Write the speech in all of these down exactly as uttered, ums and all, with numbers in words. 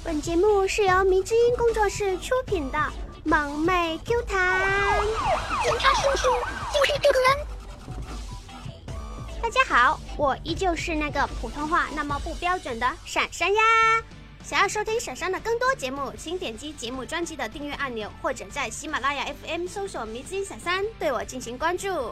本节目是由迷之音工作室出品的萌妹 Q 弹，听他说出就是这个人。大家好，我依旧是那个普通话那么不标准的闪闪呀。想要收听闪闪的更多节目，请点击节目专辑的订阅按钮，或者在喜马拉雅 F M 搜索迷之音闪闪，对我进行关注。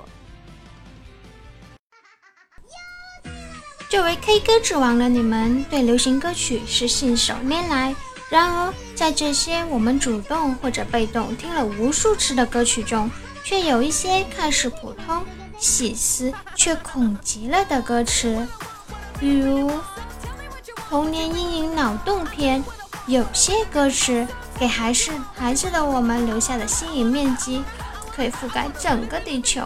作为 K 歌之王的你们，对流行歌曲是信手拈来。然而，在这些我们主动或者被动听了无数次的歌曲中，却有一些看似普通、细思却恐极了的歌词，比如童年阴影脑洞篇，有些歌词给孩子孩子的我们留下的心理面积，可以覆盖整个地球。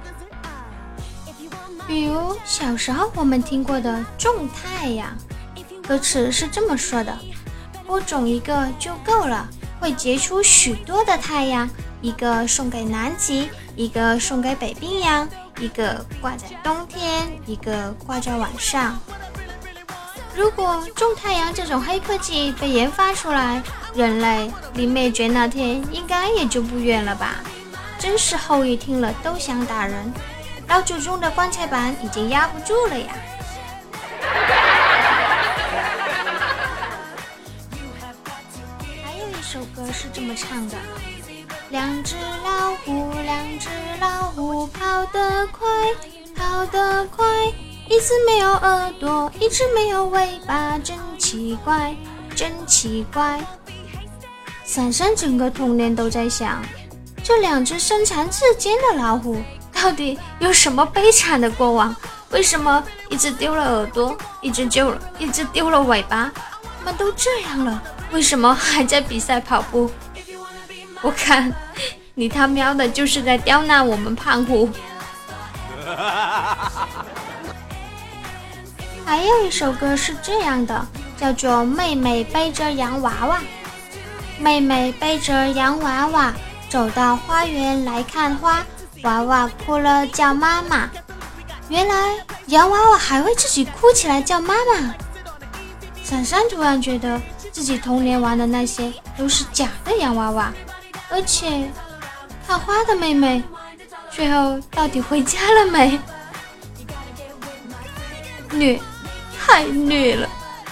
比如小时候我们听过的种太阳，歌词是这么说的：播种一个就够了，会结出许多的太阳，一个送给南极，一个送给北冰洋，一个挂在冬天，一个挂在晚上。如果种太阳这种黑科技被研发出来，人类离灭绝那天应该也就不远了吧。真是后羿听了都想打人，老祖宗的棺材板已经压不住了呀。还有一首歌是这么唱的：两只老虎，两只老虎，跑得快，跑得快，一只没有耳朵，一只没有尾巴，真奇怪，真奇怪。闪闪整个童年都在想，这两只身残志坚的老虎到底有什么悲惨的过往？为什么一只丢了耳朵，一只丢了，一只丢了尾巴？他们都这样了，为什么还在比赛跑步？我看你他喵的就是在刁难我们胖虎。还有一首歌是这样的，叫做《妹妹背着洋娃娃》。妹妹背着洋娃娃走到花园来看花，娃娃哭了叫妈妈。原来洋娃娃还会自己哭起来叫妈妈。闪闪突然觉得自己童年玩的那些都是假的洋娃娃，而且看花的妹妹最后到底回家了没？虐，太虐了。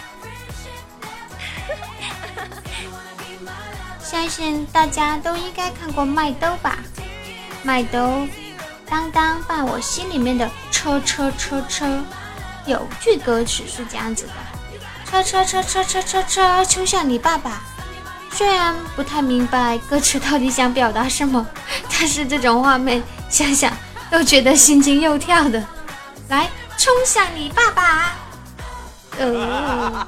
相信大家都应该看过麦兜吧。麦兜当当伴我心里面的车车车车，有句歌词是这样子的：车车车车车车车冲向你爸爸。虽然不太明白歌词到底想表达什么，但是这种画面想想都觉得心惊肉跳的。来，冲向你爸爸。呃，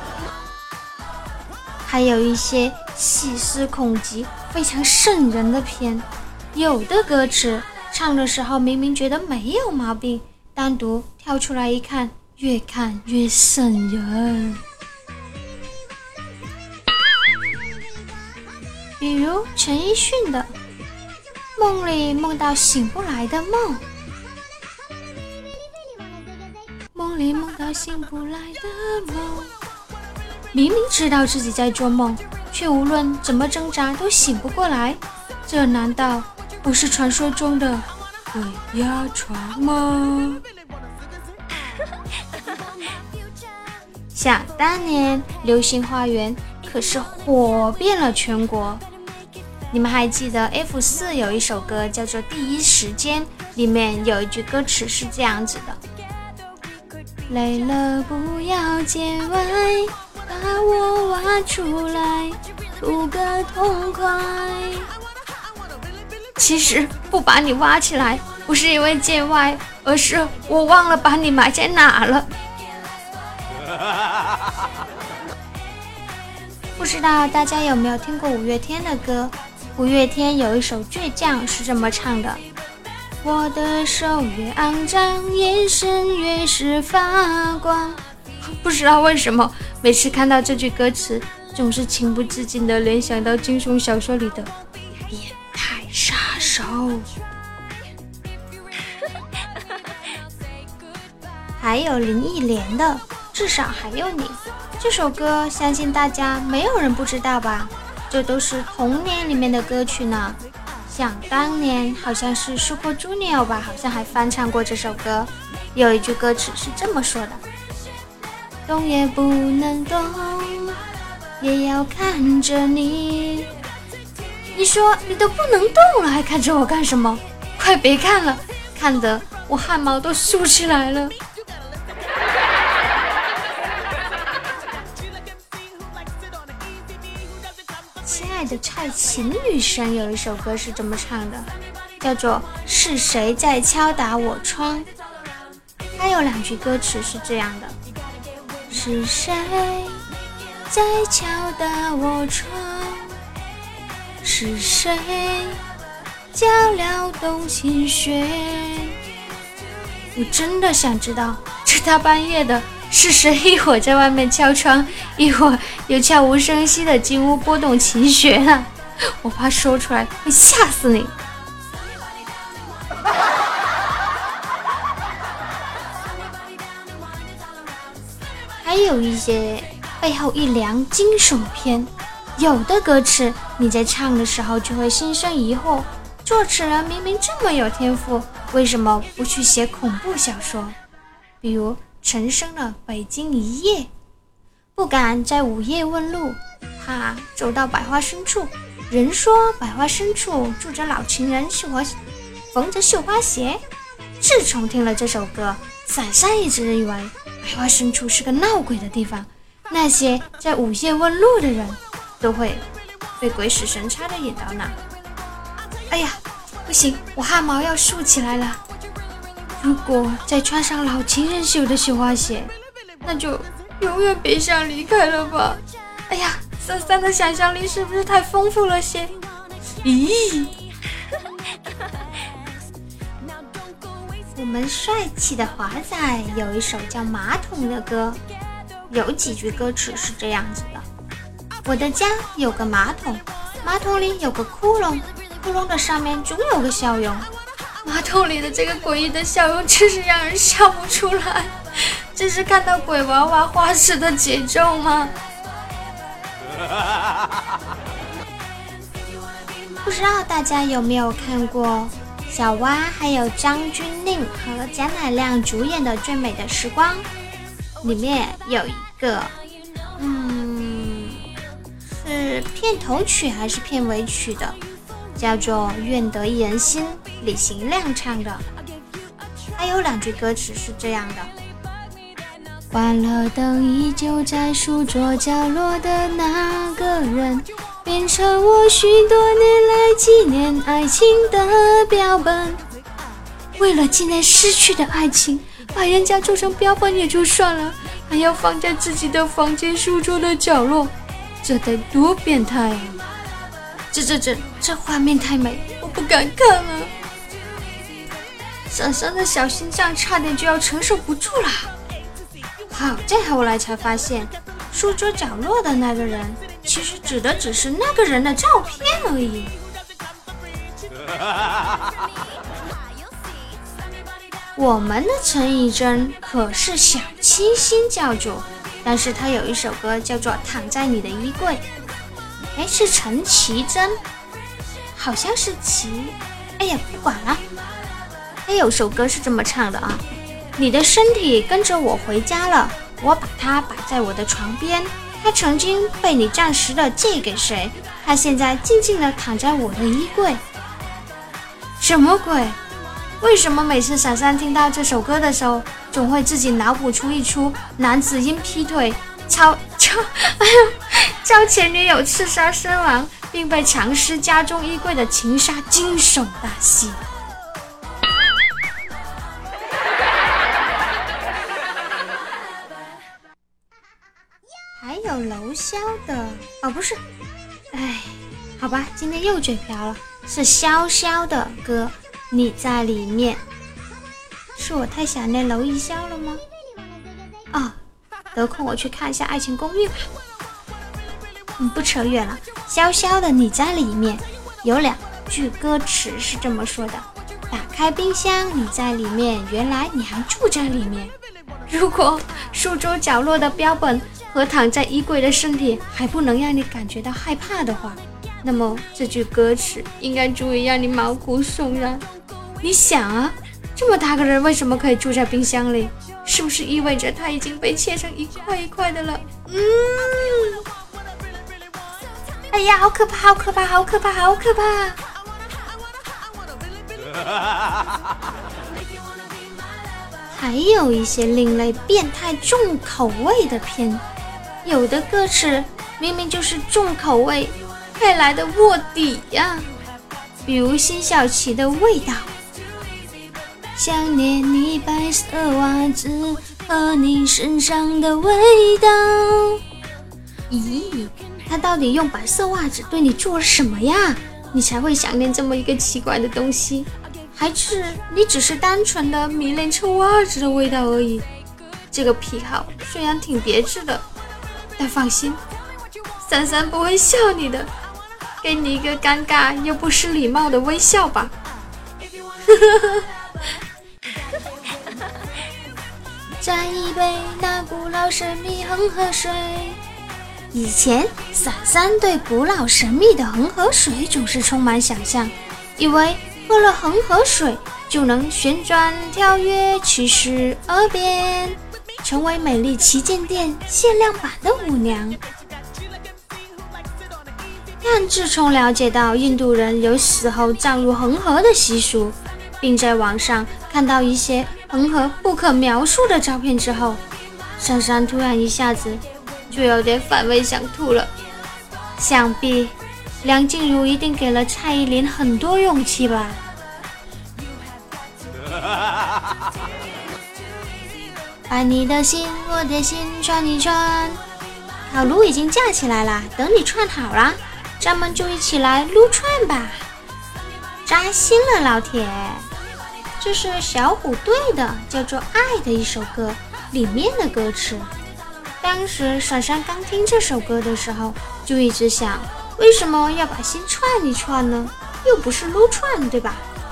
还有一些细思恐极非常瘆人的片，有的歌词唱的时候明明觉得没有毛病，单独跳出来一看，越看越瘆人。比如陈奕迅的《梦里梦到醒不来的梦》，梦里梦到醒不来的梦，明明知道自己在做梦，却无论怎么挣扎都醒不过来，这难道不是传说中的鬼压床吗？想当年流星花园可是火遍了全国。你们还记得 F 四 有一首歌叫做《第一时间》，里面有一句歌词是这样子的：累了不要见外，把我挖出来，图个痛快。其实不把你挖起来，不是因为见外，而是我忘了把你埋在哪了。不知道大家有没有听过五月天的歌？五月天有一首《倔强》是这么唱的：我的手越肮脏，眼神越是发光。不知道为什么每次看到这句歌词，总是情不自禁地联想到惊悚小说里的变态杀手。还有林忆莲的《至少还有你》， 这首歌相信大家没有人不知道吧？这都是童年里面的歌曲呢。想当年好像是 Super Junior 吧，好像还翻唱过这首歌。有一句歌词是这么说的：动也不能动，也要看着你。你说你都不能动了，还看着我干什么？快别看了，看得我汗毛都竖起来了。亲爱的蔡琴女神有一首歌是这么唱的，叫做是谁在敲打我窗。还有两句歌词是这样的：是谁在敲打我窗，是谁叫撩动琴弦。我真的想知道这大半夜的是谁一会儿在外面敲窗，一会儿又悄无声息的进屋拨动琴弦啊！我怕说出来会吓死你。还有一些背后一凉惊悚片，有的歌词你在唱的时候就会心生疑惑，作词人明明这么有天赋，为什么不去写恐怖小说？比如陈升的《北京一夜》，不敢在午夜问路，怕走到百花深处，人说百花深处住着老情人，绣花缝着绣花鞋。自从听了这首歌，伞伞一直认为百花深处是个闹鬼的地方，那些在午夜问路的人都会被鬼使神差的引到那。哎呀，不行，我汗毛要竖起来了。如果再穿上老情人绣的绣花鞋，那就永远别想离开了吧。哎呀，伞伞的想象力是不是太丰富了些？咦，我们帅气的华仔有一首叫《马桶》的歌，有几句歌词是这样子的：我的家有个马桶，马桶里有个窟窿，窟窿的上面总有个笑容。马桶里的这个诡异的笑容真是让人笑不出来，这是看到鬼娃娃花式的节奏吗？不知道大家有没有看过小蛙还有张钧甯和贾乃亮主演的《最美的时光》，里面有一个嗯是片头曲还是片尾曲的，叫做《愿得一人心》，李行亮唱的。还有两句歌词是这样的：关了灯依旧在书桌角落的那个人，变成我许多年来纪念爱情的标本。为了纪念失去的爱情，把人家做成标本也就算了，还要放在自己的房间书桌的角落，这得多变态啊！这这这这画面太美，我不敢看了。闪闪的小心脏差点就要承受不住了。好在后来才发现，书桌角落的那个人其实指的只是那个人的照片而已。我们的陈绮贞可是小清新教主，但是她有一首歌叫做《躺在你的衣柜》。哎，是陈绮贞，好像是齐，哎呀，不管了。还有首歌是这么唱的啊：你的身体跟着我回家了，我把它摆在我的床边，它曾经被你暂时的借给谁？它现在静静的躺在我的衣柜。什么鬼？为什么每次闪闪听到这首歌的时候，总会自己脑补出一出男子因劈腿超超哎呦遭前女友刺杀身亡，并被藏尸家中衣柜的情杀惊悚大戏？还有楼萧的哦，不是，哎，好吧，今天又嘴瓢了，是潇潇的歌，你在里面。是我太想念娄艺潇了吗？哦，得空我去看一下《爱情公寓》吧。嗯，不扯远了，潇潇的你在里面有两句歌词是这么说的：打开冰箱，你在里面，原来你还住在里面。如果书桌角落的标本和躺在衣柜的身体还不能让你感觉到害怕的话，那么这句歌词应该足以让你毛骨悚然。你想啊，这么大个人为什么可以住在冰箱里？是不是意味着他已经被切成一块一块的了？嗯，哎呀，好可怕，好可怕，好可怕，好可怕！还有一些另类变态重口味的片，有的歌词明明就是重口味，还来的卧底呀、啊！比如辛晓琪的味道，想念你白色袜子和你身上的味道。咦，他到底用白色袜子对你做了什么呀？你才会想念这么一个奇怪的东西？还是你只是单纯的迷恋臭袜子的味道而已？这个癖好虽然挺别致的，但放心，珊珊不会笑你的，给你一个尴尬又不失礼貌的微笑吧。沾一杯那古老神秘恒河水。以前珊珊对古老神秘的恒河水总是充满想象，以为喝了恒河水就能旋转跳跃七十二变，成为美丽旗舰店限量版的舞娘。但自从了解到印度人有死后葬入恒河的习俗，并在网上看到一些恒河不可描述的照片之后，珊珊突然一下子就有点反胃想吐了。想必梁静茹一定给了蔡依林很多勇气吧。把你的心我的心串一串，好撸已经架起来了，等你串好了，咱们就一起来撸串吧。扎心了老铁。这是小虎队的叫做《爱》的一首歌里面的歌词。当时珊珊刚听这首歌的时候，就一直想，为什么要把心串一串呢？又不是撸串，对吧？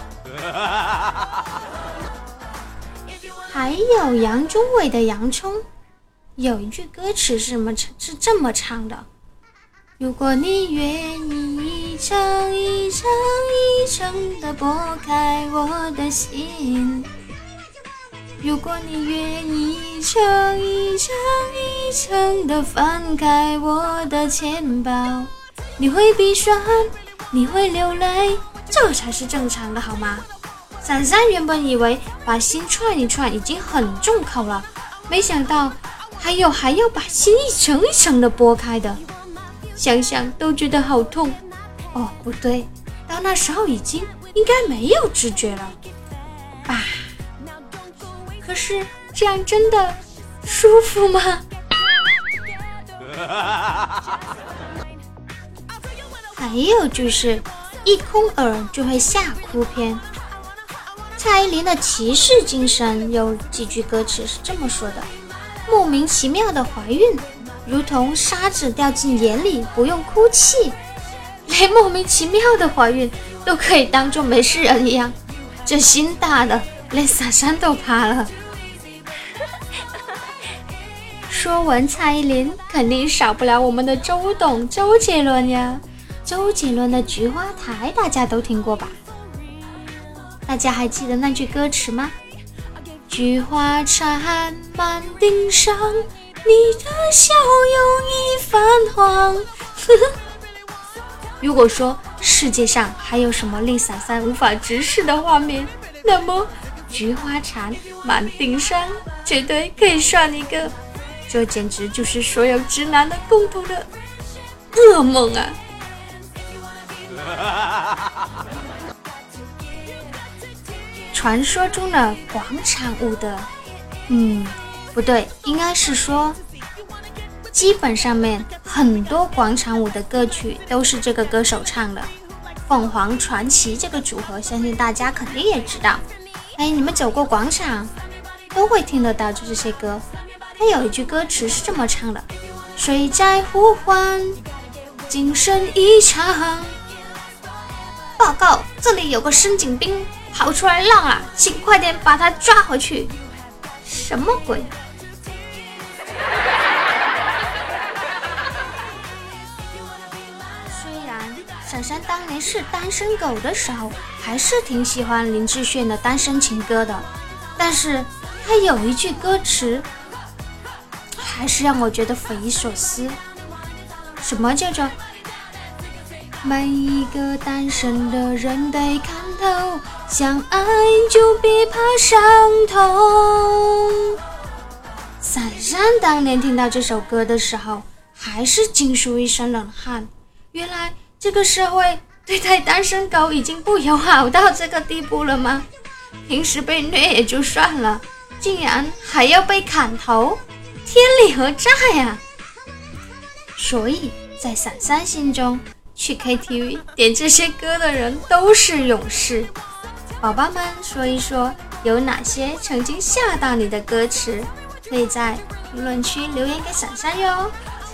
还有杨宗纬的《洋葱》，有一句歌词是么是这么唱的：如果你愿意一层一层一层的剥开我的心，如果你愿意一层一层一层的翻开我的钱包，你会鼻酸，你会流泪，这才是正常的好吗？珊珊原本以为把心串一串已经很重口了，没想到还有还要把心一层一层的剥开的，想想都觉得好痛。哦，不对，到那时候已经应该没有知觉了吧？可是这样真的舒服吗？还有就是一空耳就会吓哭篇。蔡依林的骑士精神有几句歌词是这么说的：莫名其妙的怀孕，如同沙子掉进眼里，不用哭泣。连莫名其妙的怀孕都可以当作没事人一样，这心大的连珊珊都怕了。说完蔡依林，肯定少不了我们的周董周杰伦呀。周杰伦的《菊花台》大家都听过吧？大家还记得那句歌词吗？菊花残满地伤，你的笑容已泛黄。如果说世界上还有什么令珊珊无法直视的画面，那么菊花残满地伤绝对可以算一个。这简直就是所有直男的共同的噩梦啊！传说中的广场舞的，嗯，不对，应该是说，基本上面很多广场舞的歌曲都是这个歌手唱的。凤凰传奇这个组合，相信大家肯定也知道。哎，你们走过广场都会听得到这些歌。他有一句歌词是这么唱的：谁在呼唤，精神异常。报告，这里有个深井兵跑出来浪了，请快点把他抓回去。什么鬼？ 闪闪当年是单身狗的时候，还是挺喜欢林志炫的《单身情歌》的，但是他有一句歌词，还是让我觉得匪夷所思。什么叫做每一个单身的人得看透，想爱就别怕伤痛。闪闪当年听到这首歌的时候，还是惊出一身冷汗。原来这个社会对待单身狗已经不友好到这个地步了吗？平时被虐也就算了，竟然还要被砍头，天理何在呀？所以在闪闪心中，去 K T V 点这些歌的人都是勇士。宝宝们说一说有哪些曾经吓到你的歌词，可以在评论区留言给闪闪哟。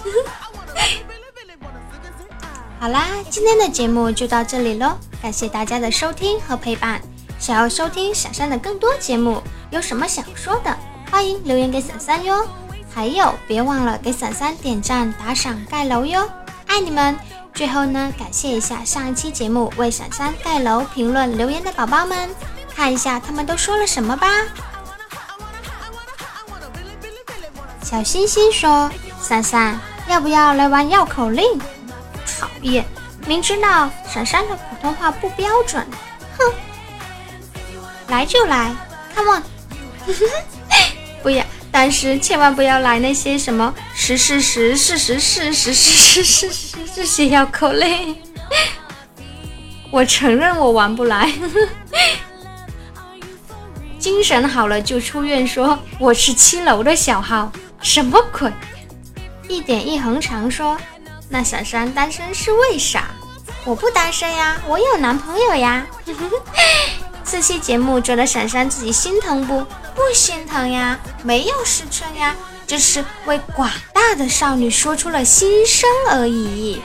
好啦，今天的节目就到这里咯，感谢大家的收听和陪伴。想要收听闪闪的更多节目，有什么想说的，欢迎留言给闪闪哟。还有别忘了给闪闪点赞打赏盖楼哟，爱你们。最后呢，感谢一下上一期节目为闪闪盖楼评论留言的宝宝们，看一下他们都说了什么吧。小星星说，闪闪要不要来玩绕口令？讨厌，明知道闪闪的普通话不标准，哼，来就来 Come on 不要，但是千万不要来那些什么十是十是十是十是十是这些绕口令，我承认我玩不来。精神好了就出院说我是七楼的小号，什么鬼？一点一横长说，那闪闪单身是为啥？我不单身呀，我有男朋友呀。这期节目觉得闪闪自己心疼不？不心疼呀，没有失春呀，只是为广大的少女说出了心声而已。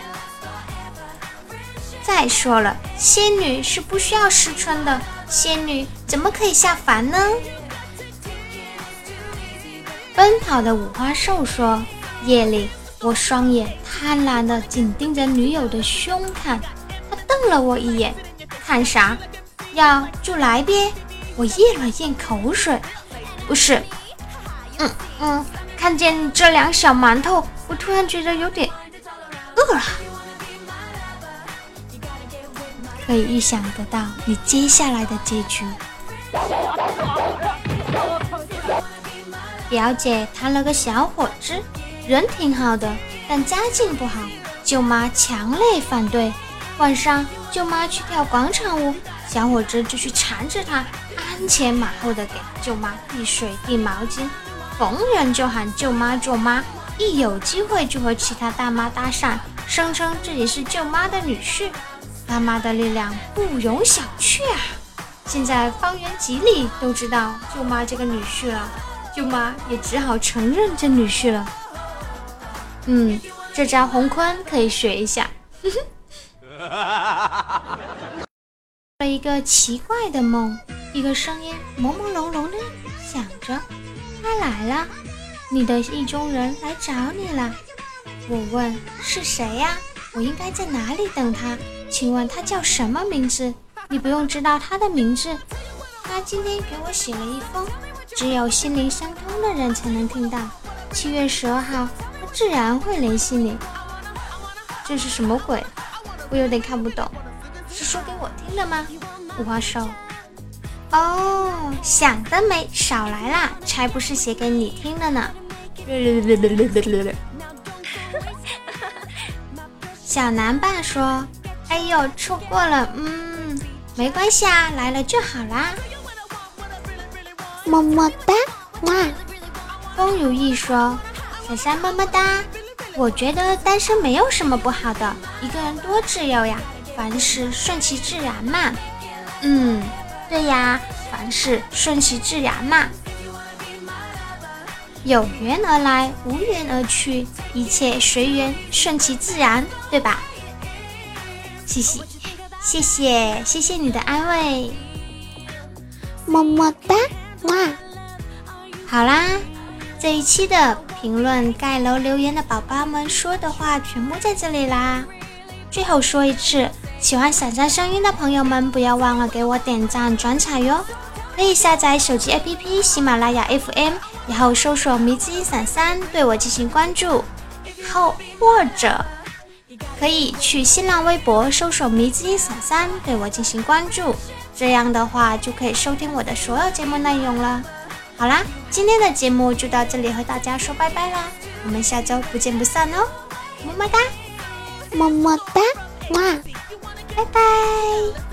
再说了，仙女是不需要失春的，仙女怎么可以下凡呢？奔跑的五花兽说，夜里我双眼贪婪地紧盯着女友的胸看，她瞪了我一眼，看啥？要就来呗。我咽了咽口水，不是，嗯嗯，看见你这两小馒头，我突然觉得有点饿了。可以预想得到你接下来的结局。表姐谈了个小伙子，人挺好的，但家境不好，舅妈强烈反对。晚上舅妈去跳广场舞，小伙子就去缠着她，鞍前马后的给舅妈递水递毛巾，逢人就喊舅妈舅妈，一有机会就和其他大妈搭讪，声称自己是舅妈的女婿。大妈的力量不容小觑啊！现在方圆几里都知道舅妈这个女婿了，舅妈也只好承认这女婿了。嗯，这招洪坤可以学一下。了一个奇怪的梦，一个声音朦朦胧胧的响着，他来了，你的意中人来找你了。我问是谁呀？我应该在哪里等他？请问他叫什么名字？你不用知道他的名字，他今天给我写了一封只有心灵相通的人才能听到，七月十二号他自然会联系你。这是什么鬼？我有点看不懂，是说给我听的吗？五花兽，哦，想得美，少来啦，才不是写给你听的呢。小男爸说，哎呦，错过了，嗯，没关系啊，来了就好啦。 么么哒，哇！ 风如意说，闪闪么么哒。我觉得单身没有什么不好的，一个人多自由呀，凡事顺其自然嘛。嗯，对呀，凡事顺其自然嘛。有缘而来，无缘而去，一切随缘，顺其自然，对吧？谢谢，谢谢，谢谢你的安慰， 么么哒，哇！ 好啦，这一期的评论盖楼留言的宝宝们说的话全部在这里啦。 最后说一次，喜欢闪闪声音的朋友们不要忘了给我点赞转采哟。可以下载手机 A P P 喜马拉雅 F M， 然后搜索迷之音闪闪对我进行关注，后或者可以去新浪微博搜索迷之音闪闪对我进行关注，这样的话就可以收听我的所有节目内容了。好啦，今天的节目就到这里，和大家说拜拜啦，我们下周不见不散哦，么么哒， 么么哒，哇， 拜拜。